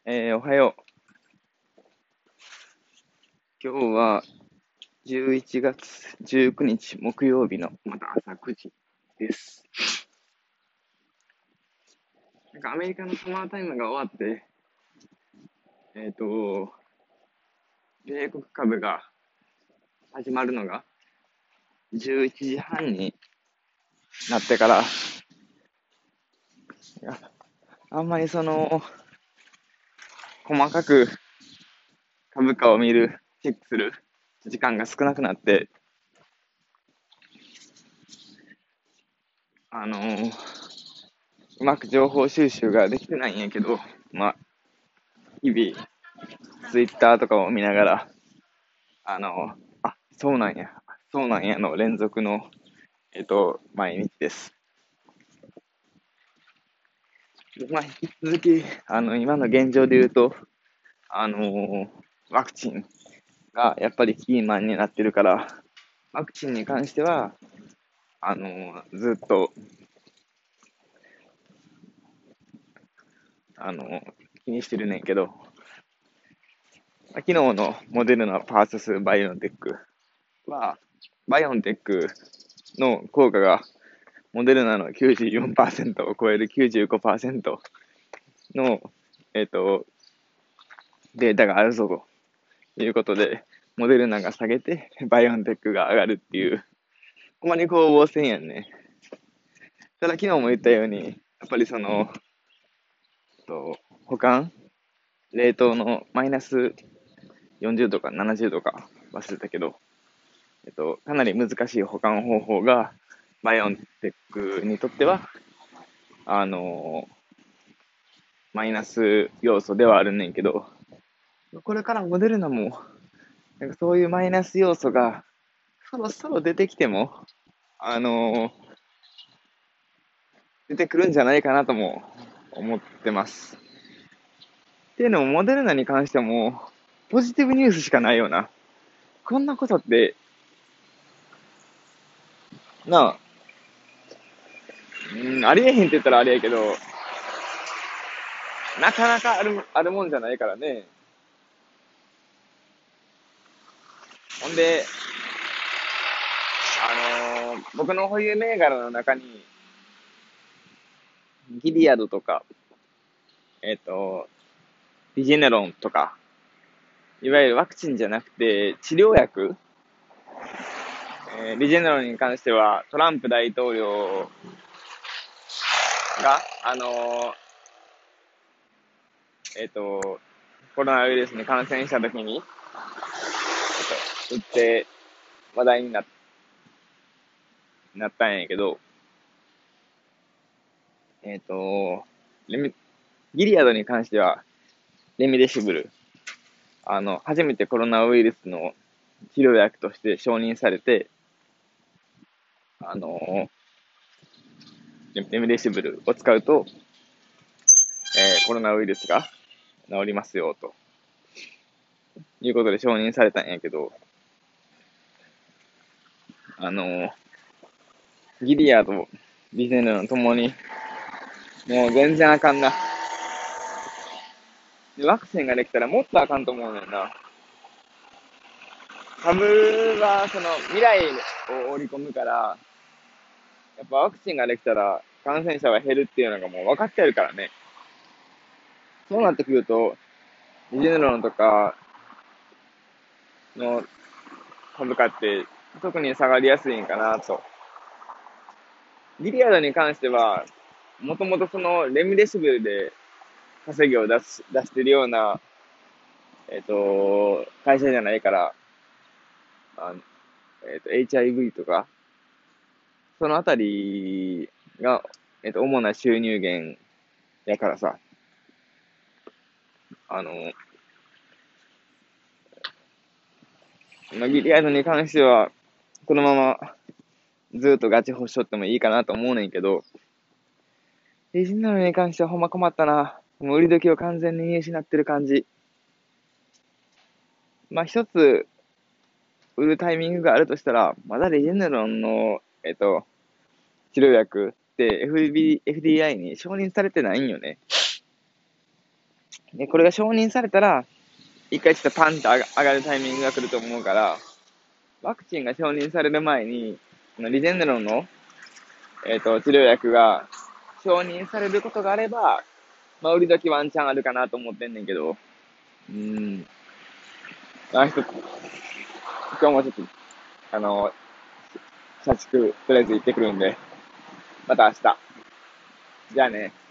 おはよう。今日は11月19日木曜日のまた朝9時です。アメリカのサマータイムが終わって、米国株が始まるのが11時半になってから、あんまり細かく株価をチェックする時間が少なくなって、うまく情報収集ができてないんやけど、日々、ツイッターとかを見ながら、そうなんや、そうなんやの連続の、毎日です。引き続き、今の現状で言うと、あのワクチンがやっぱりキーマンになってるから、ワクチンに関しては、ずっと、あの気にしてるねんけど、昨日のモデルナ vs バイオンテックは、バイオンテックの効果がモデルナの94%を超える95%の、データがあるぞということで、モデルナが下げて、バイオンテックが上がるっていう、ほんまに攻防戦やんね。ただ昨日も言ったように、やっぱり保管冷凍のマイナス40度か70度か忘れたけど、かなり難しい保管方法が、バイオンテックにとっては、あのマイナス要素ではあるねんけど、これからモデルナも、なんかそういうマイナス要素がそろそろ出てきても、あの出てくるんじゃないかなとも思ってます。っていうのも、モデルナに関しても、ポジティブニュースしかないよな。こんなことって、なあ、ありえへんって言ったらあれやけど、なかなかあるもんじゃないからね。ほんで、僕の保有銘柄の中に、ギリアドとか、えっ、と、リジェネロンとか、いわゆるワクチンじゃなくて治療薬、リジェネロンに関してはトランプ大統領が、コロナウイルスに感染した時に、打って話題になったんやけど、えっ、と、レミ、ギリアドに関しては、レミデシブル、初めてコロナウイルスの治療薬として承認されて、あの、レミデシブルを使うと、コロナウイルスが治りますよ、ということで承認されたんやけど、あの、ギリアド、リゼネロンともに、もう全然あかんな。で、ワクチンができたらもっとあかんと思うねんな。株は、未来を織り込むから、やっぱワクチンができたら感染者は減るっていうのがもう分かってるからね。そうなってくると、リジェネロンとかの株価って特に下がりやすいんかなと。ギリアドに関しては、もともとそのレムデシブルで稼ぎを出してるような、会社じゃないから、あHIV とか、そのあたりが、主な収入源やからさ、あの、ギリアドに関しては、このままずっとガチホしとってもいいかなと思うねんけど、レジンナルに関してはほんま困ったな。もう売り時を完全に見失ってる感じ。一つ売るタイミングがあるとしたら、まだレジェネロンの、治療薬って FDA に承認されてないんよね。 で、これが承認されたら、一回ちょっとパンと上がるタイミングが来ると思うから、ワクチンが承認される前に、リゼンデロンの、治療薬が承認されることがあれば、まあ、売り時ワンチャンあるかなと思ってんねんけど、あ、今日もちょっと、社畜、とりあえず行ってくるんで、また明日。じゃあね。